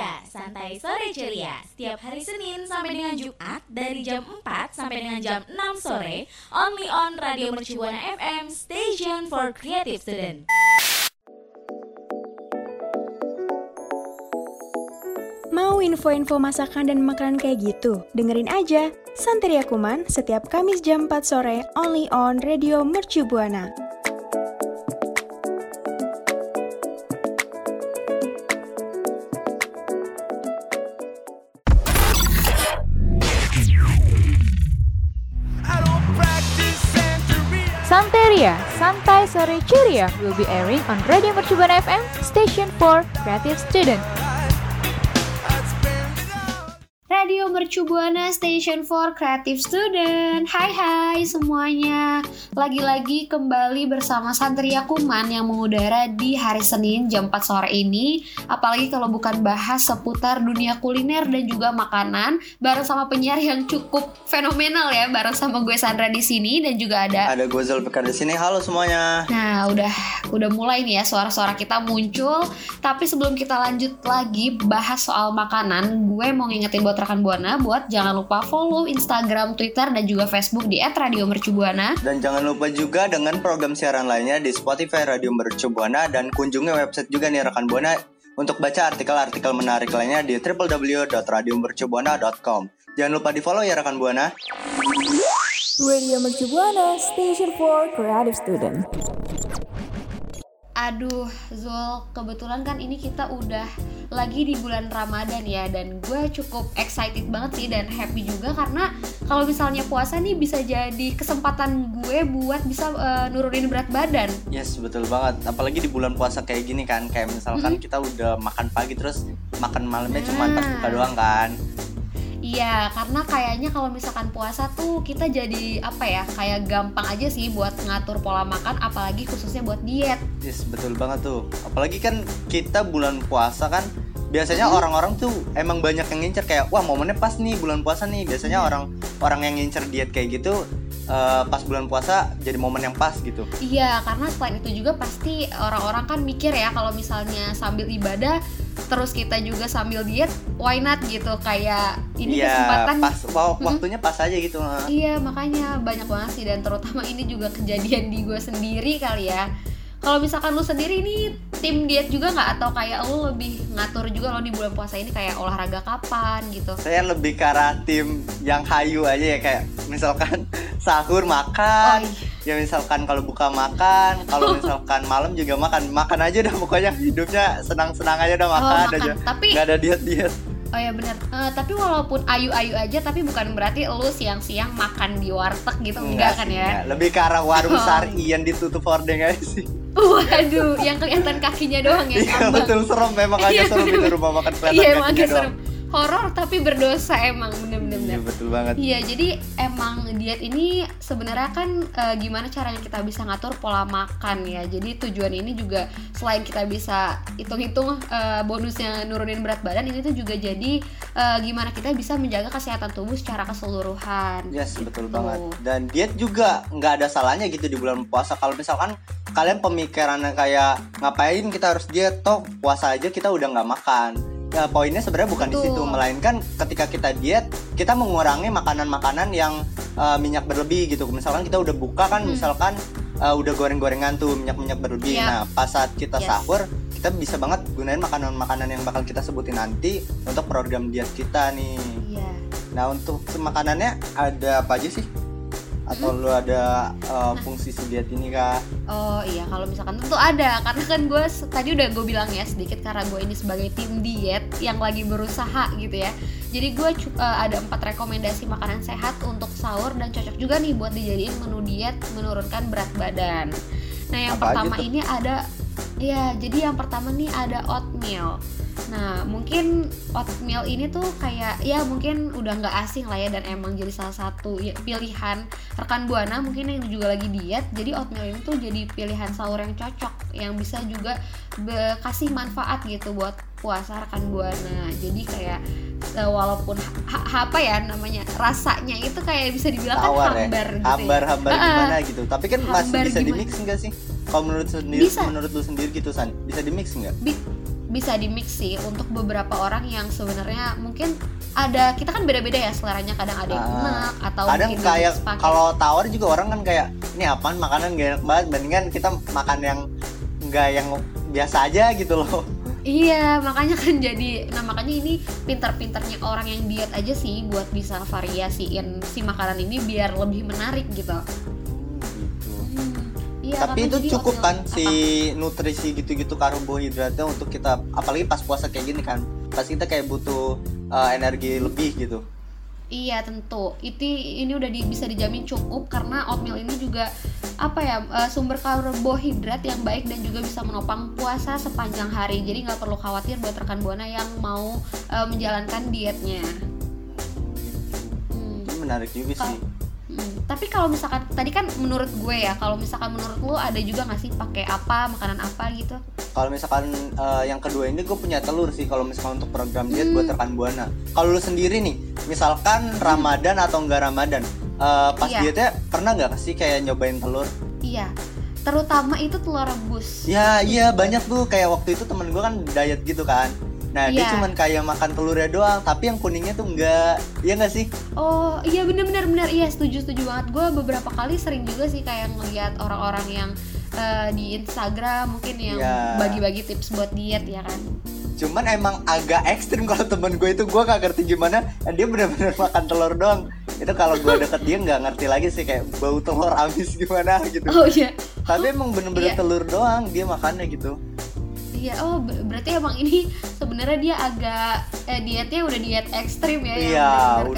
Santeria, santai sore ceria. Setiap hari Senin sampai dengan Jumat dari jam 4 sampai dengan jam 6 sore, only on Radio Mercu Buana FM, Station for Creative Student. Mau info-info masakan dan makanan kayak gitu? Dengerin aja Santeria Kuman setiap Kamis jam 4 sore, only on Radio Mercu Buana. Santeria, santai sore ceria will be airing on Radio Mercu Buana FM, Station for Creative Student. Radio Mercu Buana, Station for Creative Student. Hai semuanya. Lagi-lagi kembali bersama Santeria Kuman yang mengudara di hari Senin jam 4 sore ini. Apalagi kalau bukan bahas seputar dunia kuliner dan juga makanan, bareng sama penyiar yang cukup fenomenal ya, bareng sama gue Sandra di sini dan juga ada gue Zulfikar di sini. Halo semuanya. Nah, udah mulai nih ya suara-suara kita muncul. Tapi sebelum kita lanjut lagi bahas soal makanan, gue mau ngingetin buat rekan Buana buat jangan lupa follow Instagram, Twitter dan juga Facebook di @radiomercubuana. Dan jangan lupa juga dengan program siaran lainnya di Spotify Radio Mercu Buana, dan kunjungi website juga nih rekan Buana untuk baca artikel-artikel menarik lainnya di www.radiomercubuana.com. Jangan lupa di-follow ya rekan Buana. Radio Mercu Buana, Station for Creative Student. Aduh, Zul, kebetulan kan ini kita udah lagi di bulan Ramadan ya, dan gue cukup excited banget sih dan happy juga karena kalau misalnya puasa nih bisa jadi kesempatan gue buat bisa nurunin berat badan. Yes, betul banget. Apalagi di bulan puasa kayak gini kan, kayak misalkan kita udah makan pagi terus makan malamnya cuma pas buka doang kan. Iya, karena kayaknya kalau misalkan puasa tuh kita jadi kayak gampang aja sih buat ngatur pola makan, apalagi khususnya buat diet. Yes, betul banget tuh. Apalagi kan kita bulan puasa kan biasanya orang-orang tuh emang banyak yang ngincer kayak wah momennya pas nih bulan puasa nih. Biasanya orang yang ngincer diet kayak gitu pas bulan puasa jadi momen yang pas gitu. Iya, karena selain itu juga pasti orang-orang kan mikir ya kalau misalnya sambil ibadah terus kita juga sambil diet, why not gitu, kayak ini kesempatan pas, waktunya pas aja gitu. Iya, makanya banyak banget sih, dan terutama ini juga kejadian di gue sendiri kali ya. Kalau misalkan lu sendiri nih tim diet juga nggak, atau kayak lu lebih ngatur juga lo di bulan puasa ini kayak olahraga kapan gitu? Saya lebih ke arah tim yang hayu aja ya, kayak misalkan sahur makan, ya misalkan kalau buka makan, kalau misalkan malam juga makan aja udah, pokoknya hidupnya senang-senang aja udah makan aja, tapi nggak ada diet. Oh ya benar, tapi walaupun ayu-ayu aja, tapi bukan berarti lu siang-siang makan di warteg gitu, enggak kan ya? Lebih ke arah warung Sari yang ditutup hordeng aja sih. Waduh, yang kelihatan kakinya doang ya. Iya betul, serem memang agak serem itu rumah makan kelihatan kakinya doang. Agak serem. Horor tapi berdosa emang, bener-bener. Iya betul banget. Iya, jadi emang diet ini sebenarnya kan gimana caranya kita bisa ngatur pola makan ya. Jadi tujuan ini juga selain kita bisa hitung-hitung bonusnya nurunin berat badan, ini tuh juga jadi gimana kita bisa menjaga kesehatan tubuh secara keseluruhan. Yes, gitu. betul banget. Dan diet juga nggak ada salahnya gitu di bulan puasa. Kalau misalkan kalian pemikirannya kayak ngapain kita harus diet, toh puasa aja kita udah nggak makan. Ya, poinnya sebenarnya bukan di situ, melainkan ketika kita diet kita mengurangi makanan-makanan yang minyak berlebih gitu. Misalkan kita udah buka kan, misalkan udah goreng-gorengan tuh minyak berlebih. Nah pas saat kita sahur kita bisa banget gunain makanan-makanan yang bakal kita sebutin nanti untuk program diet kita nih. Nah untuk makanannya ada apa aja sih? Atau lu ada fungsi si diet ini kah? Oh iya, kalau misalkan tentu ada, karena kan gue tadi udah gue bilang ya sedikit, karena gue ini sebagai tim diet yang lagi berusaha gitu ya. Jadi gue ada 4 rekomendasi makanan sehat untuk sahur dan cocok juga nih buat dijadiin menu diet menurunkan berat badan. Nah yang pertama ini ada, ya jadi yang pertama nih ada oatmeal. Nah mungkin oatmeal ini tuh kayak ya mungkin udah nggak asing lah ya, dan emang jadi salah satu pilihan rekan Buana mungkin yang juga lagi diet. Jadi oatmeal ini tuh jadi pilihan sahur yang cocok, yang bisa juga kasih manfaat gitu buat puasa rekan Buana. Jadi kayak walaupun apa ya namanya, rasanya itu kayak bisa dibilang tawar, kan hambar ya? gitu hambar gimana gitu. Tapi kan masih bisa gimana? Dimix enggak sih? Kalau menurut lu sendiri gitu San, bisa dimix enggak? bisa di mix sih untuk beberapa orang yang sebenarnya mungkin ada, kita kan beda-beda ya seleranya, kadang ada yang enak atau kadang mungkin kayak pakai. kalau tawar juga orang kan kayak ini apaan makanan gak enak banget, bandingan kita makan yang nggak yang biasa aja gitu loh. Iya, makanya kan jadi, nah makanya ini pintar-pintarnya orang yang diet aja sih buat bisa variasiin si makanan ini biar lebih menarik gitu. Iya, tapi itu jadi cukup oatmeal, kan si nutrisi gitu-gitu karbohidratnya untuk kita, apalagi pas puasa kayak gini kan, pasti kita kayak butuh energi lebih gitu. Iya tentu, ini udah bisa dijamin cukup karena oatmeal ini juga apa ya, sumber karbohidrat yang baik dan juga bisa menopang puasa sepanjang hari. Jadi nggak perlu khawatir buat rekan Buana yang mau menjalankan dietnya. Itu menarik juga sih. Tapi kalau misalkan tadi kan menurut gue ya, kalau misalkan menurut lu ada juga nggak sih pakai apa, makanan apa gitu? Kalau misalkan yang kedua ini gue punya telur sih kalau misalkan untuk program diet buat rekan Buana. Kalau lu sendiri nih, misalkan Ramadan atau enggak Ramadan, pas dietnya pernah nggak sih kayak nyobain telur? Iya, terutama itu telur rebus. Ya iya banyak tuh, kayak waktu itu temen gue kan diet gitu kan. Nah dia cuman kayak makan telurnya doang, tapi yang kuningnya tuh enggak, iya nggak sih? Oh iya benar, iya setuju banget. Gue beberapa kali sering juga sih kayak ngeliat orang-orang yang di Instagram mungkin yang bagi-bagi tips buat diet ya kan. Cuman emang agak ekstrim kalau temen gue itu, gue gak ngerti gimana, dia benar-benar makan telur doang. Itu kalau gue deket dia nggak ngerti lagi sih, kayak bau telur amis gimana gitu. Oh iya. Tapi emang bener-bener telur doang dia makannya gitu. Iya, oh berarti emang ini sebenarnya dia agak dietnya udah diet ekstrim ya. Iya,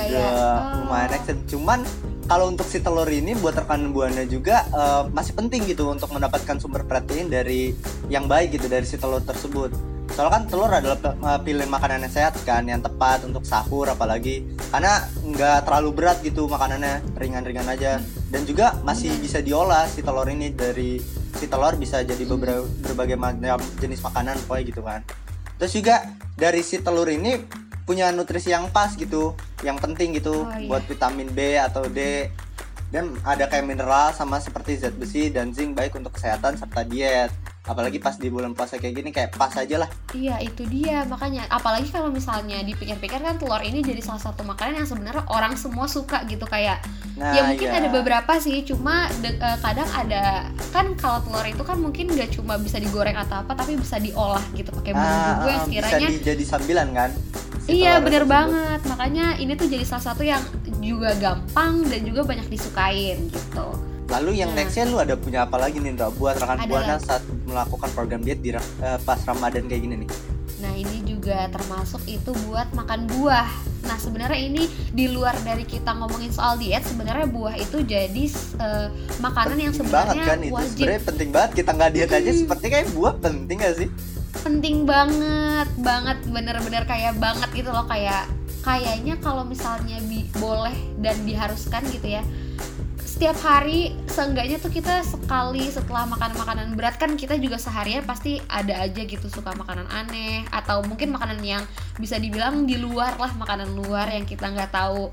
udah lumayan ekstrim. Cuman kalau untuk si telur ini buat rekan Buana juga masih penting gitu untuk mendapatkan sumber protein dari yang baik gitu dari si telur tersebut. Soalnya kan telur adalah pilihan makanan yang sehat kan, yang tepat untuk sahur apalagi, karena nggak terlalu berat gitu makanannya, ringan-ringan aja. Dan juga masih bisa diolah si telur ini, dari si telur bisa jadi berbagai macam jenis makanan pokoknya gitu kan. Terus juga dari si telur ini punya nutrisi yang pas gitu, yang penting gitu buat vitamin B atau D, dan ada kayak mineral sama seperti zat besi dan zinc, baik untuk kesehatan serta diet. Apalagi pas di bulan puasa kayak gini kayak pas aja lah. Iya itu dia, makanya apalagi kalau misalnya dipikir-pikir kan telur ini jadi salah satu makanan yang sebenarnya orang semua suka gitu, kayak ya mungkin ada beberapa sih, cuma kadang ada kan, kalau telur itu kan mungkin nggak cuma bisa digoreng atau apa, tapi bisa diolah gitu pakai bumbu yang sekiranya bisa jadi sambilan kan. Iya bener banget, makanya ini tuh jadi salah satu yang juga gampang dan juga banyak disukain gitu. Lalu yang nextnya lu ada punya apa lagi nih Ndra buat rekan Buana saat melakukan program diet di pas Ramadan kayak gini nih? Nah ini juga termasuk itu buat makan buah. Nah sebenarnya ini di luar dari kita ngomongin soal diet, sebenarnya buah itu jadi makanan yang sebenarnya kan, itu wajib. Sebenarnya penting banget, kita nggak diet aja seperti kayak buah penting gak sih? Penting banget, bener-bener kayak banget gitu loh, kayaknya kalau misalnya boleh dan diharuskan gitu ya, setiap hari seenggaknya tuh kita sekali setelah makan makanan berat, kan kita juga seharian pasti ada aja gitu suka makanan aneh atau mungkin makanan yang bisa dibilang di luar lah, makanan luar yang kita nggak tahu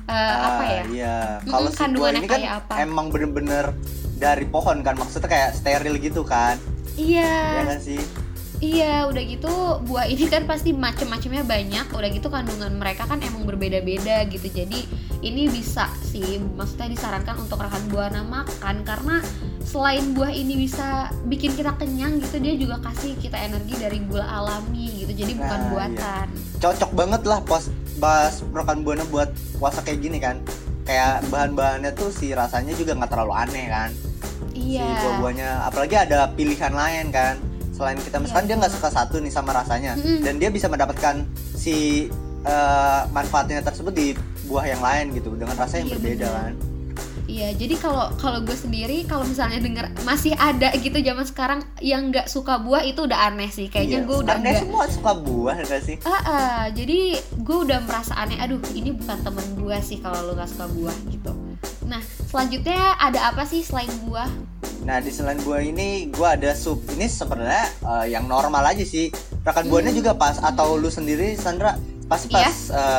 apa ya. Iya. Kalau si buah ini kan emang bener-bener dari pohon kan, maksudnya kayak steril gitu kan. Iya. Iya kan sih. Iya, udah gitu buah ini kan pasti macem-macemnya banyak. Udah gitu kandungan mereka kan emang berbeda-beda gitu. Jadi ini bisa sih, maksudnya disarankan untuk rekan Buana makan, karena selain buah ini bisa bikin kita kenyang gitu, dia juga kasih kita energi dari gula alami gitu. Jadi bukan buatan. Iya. Cocok banget lah pas rekan Buana buat puasa kayak gini kan. Kayak bahan-bahannya tuh si rasanya juga nggak terlalu aneh kan. Iya. Si buah-buahnya, apalagi ada pilihan lain kan. Selain kita misalkan dia nggak suka satu nih sama rasanya, dan dia bisa mendapatkan si manfaatnya tersebut di buah yang lain gitu dengan rasa yang berbeda kan. Iya, jadi kalau gue sendiri kalau misalnya denger masih ada gitu zaman sekarang yang nggak suka buah, itu udah aneh sih. Kayaknya gue udah nggak semua suka buah nggak sih? Jadi gue udah merasa aneh. Aduh, ini bukan temen gue sih kalau lo nggak suka buah gitu. Nah, selanjutnya ada apa sih selain buah? Nah, di selain buah ini gue ada sup. Ini sebenarnya yang normal aja sih. Rekan Buana juga pas, atau lu sendiri Sandra pasti pas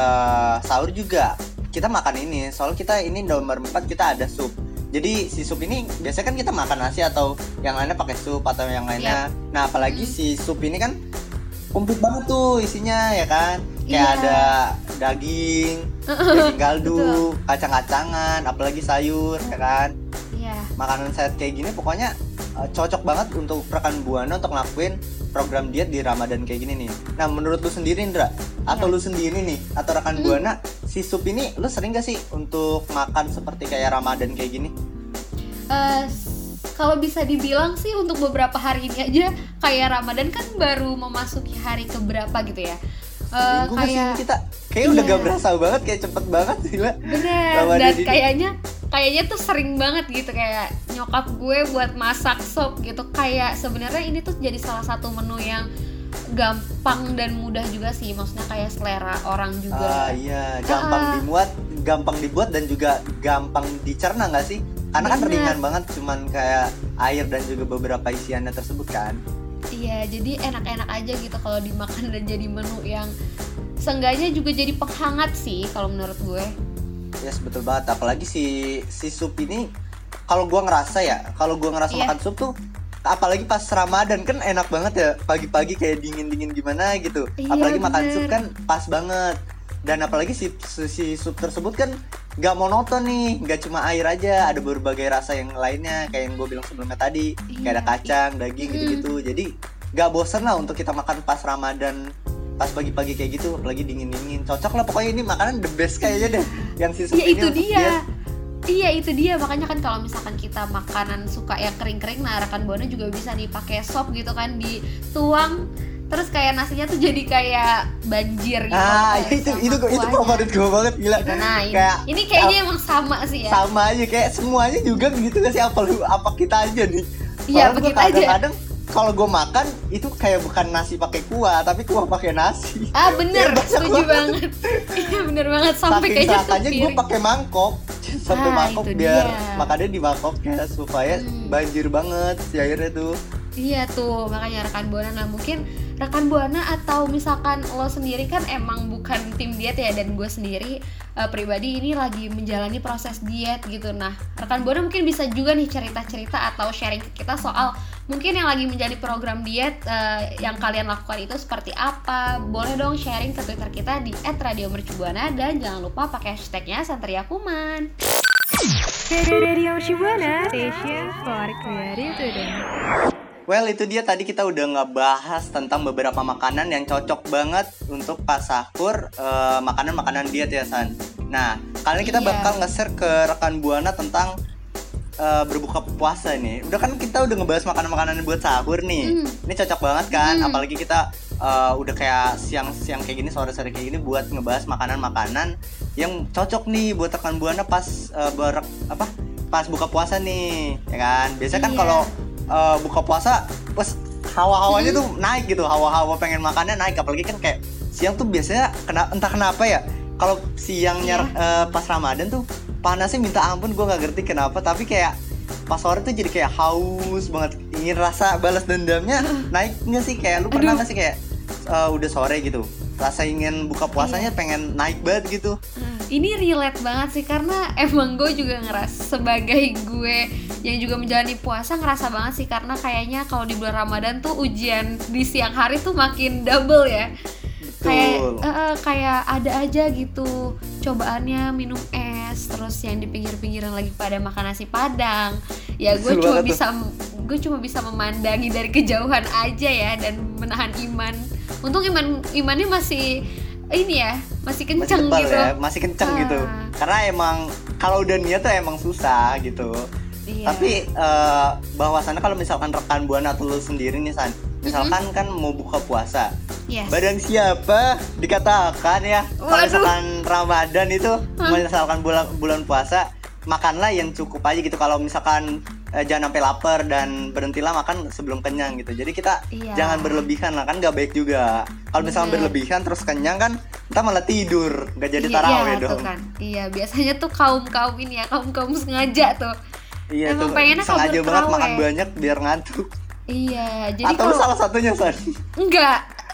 sahur juga kita makan ini. Soalnya kita ini nomor 4 kita ada sup. Jadi si sup ini biasanya kan kita makan nasi atau yang lainnya pakai sup atau yang lainnya. Nah, apalagi si sup ini kan komplit banget tuh isinya ya kan. Kayak Iya. ada daging kaldu, kacang-kacangan, apalagi sayur ya kan. Iya. Makanan sehat kayak gini pokoknya cocok banget untuk rekan Buana untuk ngelakuin program diet di Ramadan kayak gini nih. Nah, menurut lu sendiri Indra, atau lu sendiri nih, atau rekan Buana, si sup ini lu sering gak sih untuk makan seperti kayak Ramadan kayak gini? Kalau bisa dibilang sih untuk beberapa hari ini aja, kayak Ramadan kan baru memasuki hari keberapa gitu ya. Minggu masih Kayak kita kayak udah iya. gak berasa banget, kayak cepet banget gila. bener, Ramadan dan ini. kayaknya tuh sering banget gitu, kayak nyokap gue buat masak sop gitu. Kayak sebenarnya ini tuh jadi salah satu menu yang gampang dan mudah juga sih, maksudnya kayak selera orang juga. Iya, gampang dibuat dan juga gampang dicerna nggak sih? Karena kan Bener. ringan banget, cuman kayak air dan juga beberapa isiannya tersebut kan. Iya, jadi enak-enak aja gitu kalau dimakan dan jadi menu yang seenggaknya juga jadi penghangat sih kalau menurut gue. Yes, betul banget. Apalagi si sup ini, kalau gua ngerasa Iya. makan sup tuh, apalagi pas Ramadan kan enak banget ya, pagi-pagi kayak dingin-dingin gimana gitu. Iya, Apalagi makan bener. sup kan pas banget. Dan apalagi si sup tersebut kan gak monoton nih, gak cuma air aja, ada berbagai rasa yang lainnya kayak yang gue bilang sebelumnya tadi, kayak ada Iya. kacang, daging gitu-gitu. Jadi gak bosen lah untuk kita makan pas Ramadan, pas pagi-pagi kayak gitu, apalagi dingin-dingin. Cocok lah pokoknya, ini makanan the best kayaknya deh yang si sup Iya, ini itu untuk dia. diet. Iya, itu dia. Makanya kan kalau misalkan kita makanan suka yang kering-kering, nah rekan Buana juga bisa nih pakai sop gitu kan, dituang terus kayak nasinya tuh jadi kayak banjir gitu. Kayak itu sama kuahnya. favorit gue banget, gila. Gitu. Nah, Kayak ini kayaknya emang sama sih ya. sama aja, kayak semuanya juga gitu gak sih, apa kita aja nih. Iya, Soalnya apa gua kita aja. kadang-kadang kalau gue makan itu kayak bukan nasi pakai kuah, tapi kuah pakai nasi. Ah, bener, Kayak banyak setuju banget. Iya, bener banget, sampai Saking kayaknya selakanya gue sepiring. pakai mangkok, sampai Ah, mangkok itu biar dia. makannya di mangkok ya, supaya banjir banget si airnya tuh. Iya tuh, makanya rekan Buana. Nah, mungkin rekan Buana atau misalkan lo sendiri kan emang bukan tim diet ya, dan gue sendiri pribadi ini lagi menjalani proses diet gitu. Nah, rekan Buana mungkin bisa juga nih cerita-cerita atau sharing ke kita soal mungkin yang lagi menjadi program diet yang kalian lakukan itu seperti apa. Boleh dong sharing ke Twitter kita di @radiomercubuana, dan jangan lupa pakai hashtagnya Santeria Kuman. Radio Mercubuana, station for creative student. Well, itu dia tadi kita udah ngebahas tentang beberapa makanan yang cocok banget untuk pas sahur, makanan-makanan diet ya, San. Nah, kali ini kita Iya. bakal nge-share ke rekan Buana tentang berbuka puasa nih. Udah kan kita udah ngebahas makanan-makanan buat sahur nih. Ini cocok banget kan, apalagi kita udah kayak siang-siang kayak gini, sore-sore kayak gini buat ngebahas makanan-makanan yang cocok nih buat rekan Buana pas pas buka puasa nih, ya kan? Biasanya kan Iya. kalau buka puasa pas hawa-hawanya tuh naik gitu, hawa-hawa pengen makannya naik, apalagi kan kayak siang tuh biasanya entah kenapa ya, kalau siangnya pas Ramadan tuh panasnya minta ampun, gue nggak ngerti kenapa, tapi kayak pas sore tuh jadi kayak haus banget, ingin rasa balas dendamnya naik nggak sih? Kayak lu pernah nggak sih kayak udah sore gitu, rasa ingin buka puasanya pengen naik banget gitu. Ini relate banget sih, karena emang gue juga ngerasa sebagai gue yang juga menjalani puasa, ngerasa banget sih, karena kayaknya kalau di bulan Ramadan tuh ujian di siang hari tuh makin double ya. Betul. Kayak ada aja gitu cobaannya, minum es, terus yang di pinggir-pinggiran lagi pada makan nasi padang. Ya gue Betul cuma banget bisa memandangi dari kejauhan aja ya, dan menahan iman. Untung imannya masih ini ya, masih kenceng tebal gitu. ya, masih kenceng gitu. Ah. Karena emang kalau udah niat tuh emang susah gitu. Iya. Tapi bahwasannya kalau misalkan rekan Buana atau lu sendiri nih, San, misalkan kan mau buka puasa, Yes. barang siapa dikatakan ya, kalau Waduh. misalkan Ramadan itu, misalkan bulan puasa, makanlah yang cukup aja gitu. Kalau misalkan jangan sampai lapar dan berhentilah makan sebelum kenyang gitu. Jadi kita Iya. jangan berlebihan lah, kan gak baik juga. Kalau misalkan Bener. berlebihan terus kenyang kan kita malah tidur, gak jadi Iya, tarawih tuh dong. kan. Iya, biasanya tuh kaum ini ya, kaum sengaja tuh. Iya Emang tuh, pengennya sengaja kabur banget terawih. makan banyak biar ngantuk. Iya, jadi Atau lu kalau salah satunya, San? enggak,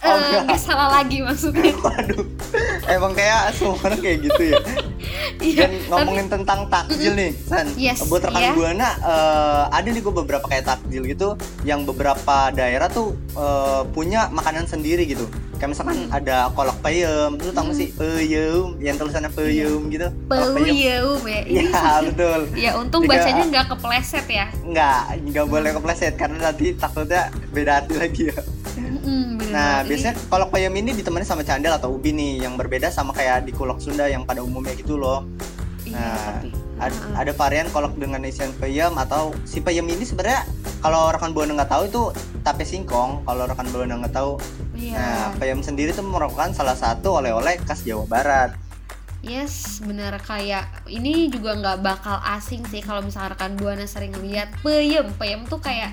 Nggak salah lagi maksudnya. Waduh, emang kayak semua orang kayak gitu ya. Iya, Dan ngomongin tentang takjil nih, San. Yes, Buat rekan iya. Buana, ada nih gue beberapa kayak takjil gitu, yang beberapa daerah tuh punya makanan sendiri gitu. Kayak misalkan ada kolak peyem, lu tau gak sih peyem, yang tulisannya peyem gitu. Kolak Peyem ya. Ini Iya betul. ya untung Juga- bacanya nggak kepleset ya. Nggak boleh kepleset karena nanti takutnya beda arti lagi ya. Bener Nah, banget. biasanya kolak peyem ini ditemani sama candil atau ubi nih, yang berbeda sama kayak di kolak Sunda yang pada umumnya gitu loh. Iya, Nah, tapi ada varian kolak dengan isian peyem, atau si peyem ini sebenarnya kalau rekan Buana nggak tahu itu tape singkong. Kalau rekan Buana nggak tahu, iya. nah peyem sendiri itu merupakan salah satu oleh-oleh khas Jawa Barat. Yes, bener, kayak ini juga nggak bakal asing sih kalau misalkan rekan Buana sering lihat peyem tuh kayak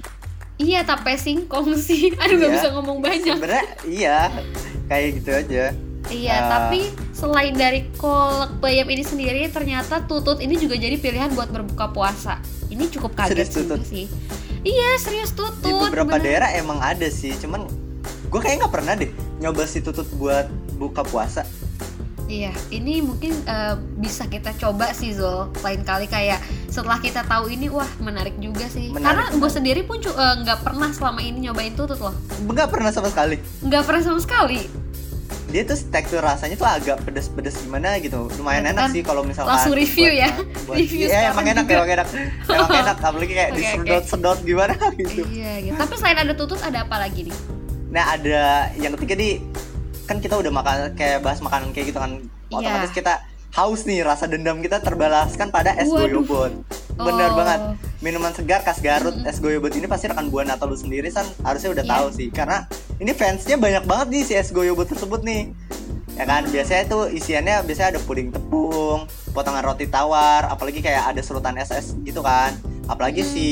iya tape singkong sih. Aduh nggak Iya. bisa ngomong banyak. Sebenarnya iya, kayak gitu aja. Iya, Ah. tapi selain dari kolak peyem ini sendiri, ternyata tutut ini juga jadi pilihan buat berbuka puasa. Ini cukup kaget Serius juga tutut? sih. Iya, serius tutut. Di beberapa bener. daerah emang ada sih, cuman gue kayaknya nggak pernah deh nyoba si tutut buat buka puasa. Iya, ini mungkin bisa kita coba sih Zul. Lain kali kayak setelah kita tahu ini, wah menarik juga sih. Menarik, Karena gue menarik. sendiri pun nggak pernah selama ini nyobain tutut loh. Nggak pernah sama sekali. Nggak pernah sama sekali. Dia tuh tekstur rasanya tuh agak pedes-pedes gimana gitu. Lumayan Nah, enak kan sih kalau misalkan langsung review ya. Iya, Review sekarang emang enak, juga. emang enak. Emang enak, apalagi kayak Oke, disedot-sedot gimana gitu. Iya, gitu. Tapi selain ada tutut, ada apa lagi nih? Nah, ada yang ketiga nih, kan kita udah makan kayak bahas makanan kayak gitu kan. Otomatis Iya. kita haus nih, rasa dendam kita terbalaskan pada es Waduh. goyobot. Bener Oh. banget. Minuman segar khas Garut, es goyobot ini pasti rekan Buana atau lu sendiri San harusnya udah Iya. tahu sih, karena ini fansnya banyak banget nih si es goyobot tersebut nih. Ya kan, biasanya tuh isiannya biasanya ada puding tepung, potongan roti tawar, apalagi kayak ada serutan es gitu kan. Apalagi si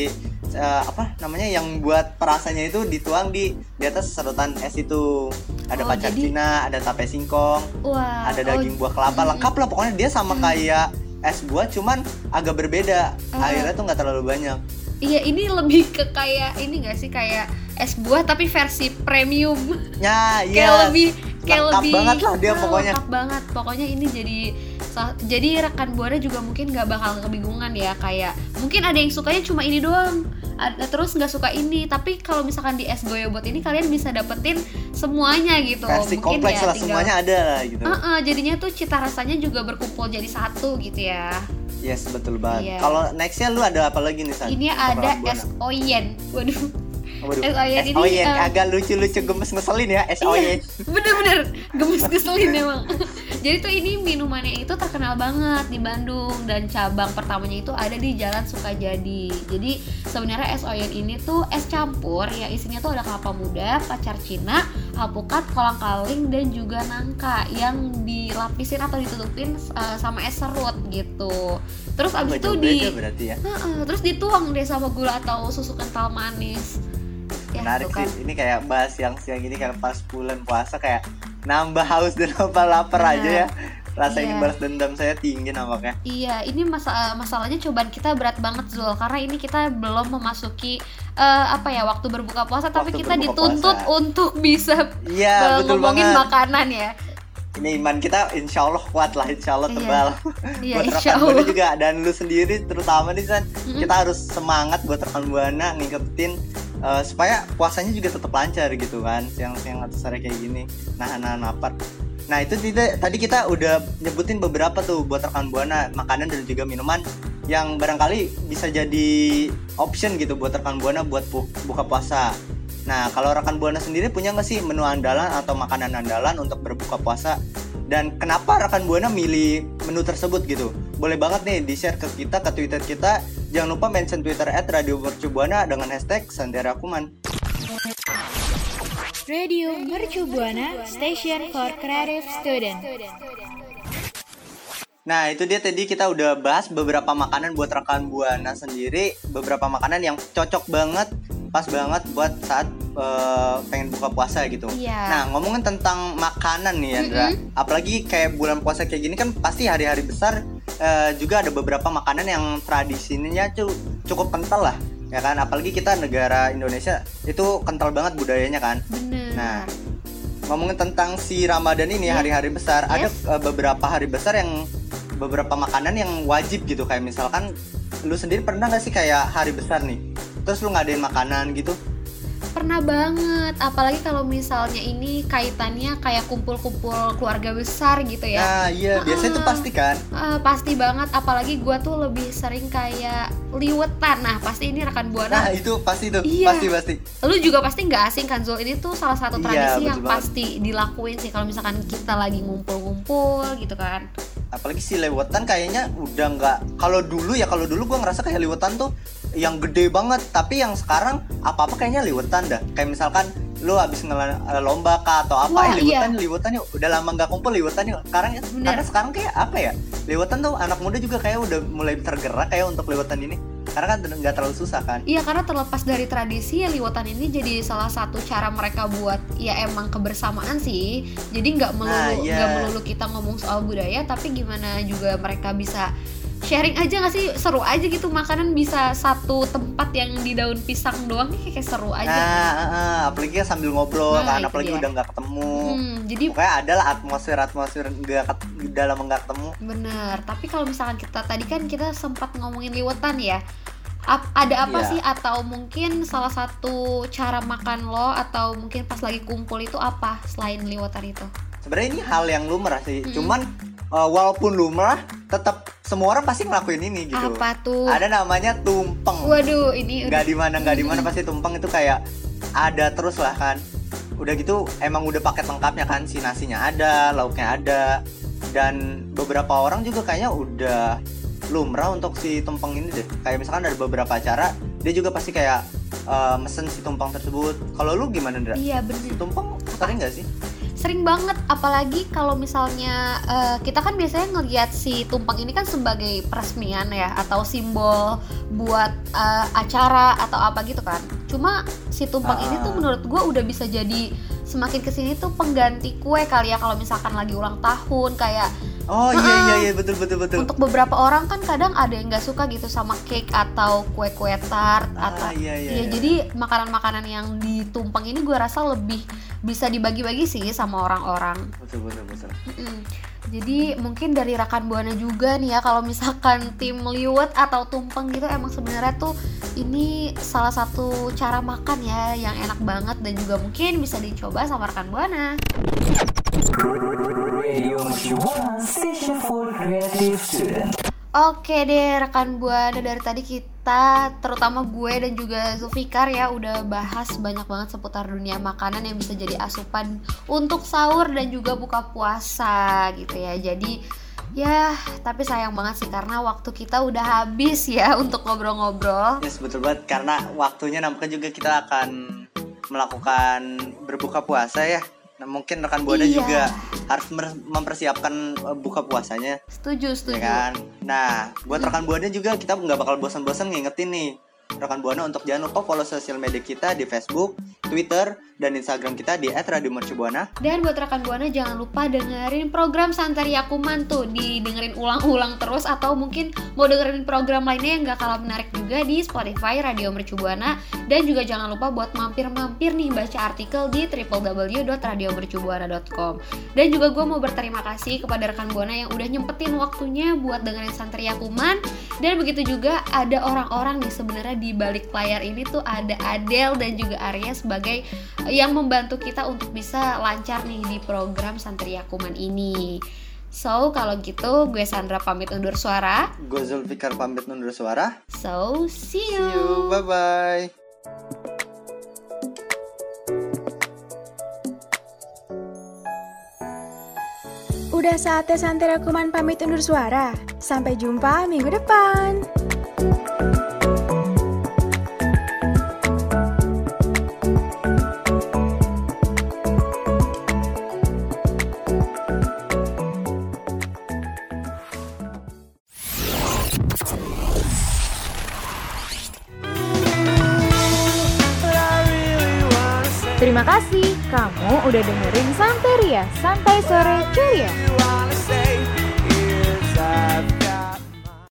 apa namanya yang buat perasanya itu dituang di atas serutan es itu. Ada Oh, pacar jadi- Cina, ada tape singkong, Wah, ada daging buah kelapa, lengkap lah pokoknya. Dia sama kayak es buah cuman agak berbeda. Airnya tuh nggak terlalu banyak. Iya, ini lebih ke kayak ini nggak sih, kayak es buah tapi versi premium. Ya, Kayak iya. lebih Lengkap banget lah dia pokoknya. Lengkap banget. Pokoknya ini jadi rekan Buana juga mungkin nggak bakal kebingungan ya, kayak mungkin ada yang sukanya cuma ini doang. Ada terus nggak suka ini, tapi kalau misalkan di es goyobot ini kalian bisa dapetin semuanya gitu. Versi Mungkin kompleks ya lah, tinggal- semuanya ada lah gitu. jadinya tuh cita rasanya juga berkumpul jadi satu gitu ya. Yes, betul banget. Iya. Kalau nextnya lu ada apa lagi nih, San? Ini Untuk ada rekan Buana? es oyen. Waduh. Waduh, es oyen es ini, oyen agak lucu-lucu gemes ngeselin ya, es oyen. Bener-bener gemes ngeselin emang. Jadi tuh ini minumannya itu terkenal banget di Bandung, dan cabang pertamanya itu ada di Jalan Sukajadi. Jadi sebenarnya es oyen ini tuh es campur yang isinya tuh ada kelapa muda, pacar Cina, alpukat, kolang-kaling, dan juga nangka yang dilapisin atau ditutupin sama es serut gitu. Terus abis Nggak itu jauh beda berarti ya. terus dituang deh sama gula atau susu kental manis. Ya, Menarik tuh kan. sih. Ini kayak bahas siang-siang gini kayak pas bulan puasa kayak nambah haus dan nambah lapar Nah, aja ya. Rasa ingin iya. balas dendam saya tinggi nampaknya. Iya, ini masalahnya cobaan kita berat banget Zul, karena ini kita belum memasuki waktu berbuka puasa, tapi Waktu kita berbuka dituntut puasa. untuk bisa Iya, betul ngomongin banget. makanan ya. Ini iman kita insya Allah kuat lah, insya Allah Iya. tebal. Iya, Buat insya rekan Buana Allah. juga, dan lu sendiri terutama nih San, kita harus semangat buat rekan Buana ngikutin supaya puasanya juga tetap lancar gitu kan, siang-siang atau sore kayak gini, nahan lapar. Nah itu tadi kita udah nyebutin beberapa tuh buat rekan Buana makanan dan juga minuman yang barangkali bisa jadi option gitu buat rekan Buana buat buka puasa. Nah kalau rekan Buana sendiri punya nggak sih menu andalan atau makanan andalan untuk berbuka puasa? Dan kenapa rekan Buana milih menu tersebut gitu? Boleh banget nih di-share ke kita, ke Twitter kita. Jangan lupa mention Twitter @radiomercubuana dengan hashtag Santera Kuman. Radio Mercu Buana, Station for Creative Student. Nah itu dia tadi kita udah bahas beberapa makanan buat rekan Buana sendiri. Beberapa makanan yang cocok banget, pas banget buat saat pengen buka puasa gitu. Iya. Nah ngomongin tentang makanan nih Andra, apalagi kayak bulan puasa kayak gini kan pasti hari-hari besar juga ada beberapa makanan yang tradisinya cukup kental lah, ya kan? Apalagi kita negara Indonesia itu kental banget budayanya kan. Bener. Nah, ngomongin tentang si Ramadan ini hari-hari besar, ada beberapa hari besar yang beberapa makanan yang wajib gitu. Kayak misalkan lu sendiri pernah gak sih kayak hari besar nih, terus lu ngadain makanan gitu? Pernah banget, apalagi kalau misalnya ini kaitannya kayak kumpul-kumpul keluarga besar gitu ya. Nah iya, biasanya itu pasti kan? Pasti banget, apalagi gue tuh lebih sering kayak liwetan. Nah pasti ini rekan Buana. Nah itu pasti tuh, iya. pasti. Lu juga pasti nggak asing kan Zul, ini tuh salah satu tradisi yang banget. pasti dilakuin sih kalau misalkan kita lagi ngumpul-ngumpul gitu kan. Apalagi si liwetan kayaknya udah nggak, kalau dulu gue ngerasa kayak liwetan tuh yang gede banget, tapi yang sekarang apa-apa kayaknya liwetan dah. Kayak misalkan lu habis lomba kah atau apa, liwetan yuk, udah lama nggak kumpul liwetan yuk. Sekarang karena sekarang kayak apa ya, liwetan tuh anak muda juga kayak udah mulai tergerak kayak untuk liwetan ini, karena kan nggak terlalu susah kan. Iya, karena terlepas dari tradisi ya, liwetan ini jadi salah satu cara mereka buat ya emang kebersamaan sih. Jadi nggak melulu kita ngomong soal budaya, tapi gimana juga mereka bisa sharing aja gak sih, seru aja gitu, makanan bisa satu tempat yang di daun pisang doang nih kayak seru aja. Apalagi sambil ngobrol kan, apalagi udah nggak ketemu. Jadi pokoknya adalah atmosfer udah lama nggak ketemu. Bener, tapi kalau misalkan kita sempat ngomongin liwetan ya, ada apa sih, atau mungkin salah satu cara makan lo atau mungkin pas lagi kumpul itu apa selain liwetan itu? Sebenarnya ini hal yang lumrah sih, cuman walaupun lumrah, tetap semua orang pasti ngelakuin ini gitu. Apa tuh? Ada namanya tumpeng. Waduh, ini nggak di mana pasti tumpeng itu kayak ada terus lah kan. Udah gitu emang udah paket lengkapnya kan, si nasinya ada, lauknya ada, dan beberapa orang juga kayaknya udah lumrah untuk si tumpeng ini deh. Kayak misalkan ada beberapa acara, dia juga pasti kayak mesen si tumpeng tersebut. Kalau lu gimana, Ndra? Iya bener. Si tumpeng sering nggak sih? Sering banget, apalagi kalau misalnya kita kan biasanya ngelihat si tumpeng ini kan sebagai peresmian ya, atau simbol buat acara atau apa gitu kan. Cuma si tumpeng ini tuh menurut gue udah bisa jadi semakin kesini tuh pengganti kue kali ya, kalau misalkan lagi ulang tahun kayak. Oh iya betul. Untuk beberapa orang kan kadang ada yang nggak suka gitu sama cake atau kue-kue tart atau iya. Jadi makanan-makanan yang ditumpeng ini gue rasa lebih bisa dibagi-bagi sih sama orang-orang. Betul. Jadi mungkin dari rekan Buana juga nih ya, kalau misalkan tim liwet atau tumpeng gitu, emang sebenarnya tuh ini salah satu cara makan ya yang enak banget dan juga mungkin bisa dicoba sama rekan Buana. Oke deh rekan Buana, dari tadi kita, terutama gue dan juga Zulfikar ya, udah bahas banyak banget seputar dunia makanan yang bisa jadi asupan untuk sahur dan juga buka puasa gitu ya. Jadi ya, tapi sayang banget sih karena waktu kita udah habis ya untuk ngobrol-ngobrol. Yes, betul banget, karena waktunya nampaknya juga kita akan melakukan berbuka puasa ya. Nah, mungkin rekan Buana juga harus mempersiapkan buka puasanya. Setuju. Ya kan? Nah, buat rekan Buana juga kita nggak bakal bosan-bosan ngingetin nih rekan Buana untuk jangan lupa follow sosial media kita di Facebook, Twitter, dan Instagram kita di @radiomercubuana. Dan buat rekan Buana jangan lupa dengerin program Santeri Akuman tuh, didengerin ulang-ulang terus, atau mungkin mau dengerin program lainnya yang gak kalah menarik juga di Spotify Radio Mercubuana. Dan juga jangan lupa buat mampir-mampir nih baca artikel di www.radiomercubuana.com. Dan juga gue mau berterima kasih kepada rekan Buana yang udah nyempetin waktunya buat dengerin Santeri Akuman. Dan begitu juga ada orang-orang nih sebenarnya di balik layar ini tuh, ada Adel dan juga Arya sebagai yang membantu kita untuk bisa lancar nih di program Santeri Akuman ini. So, kalau gitu gue Sandra pamit undur suara. Gue Zulfikar pamit undur suara. So, see you. See you, bye-bye. Udah saatnya Santeri Akuman pamit undur suara. Sampai jumpa minggu depan. Terima kasih, kamu udah dengerin Santeria, Santai Sore Ceria.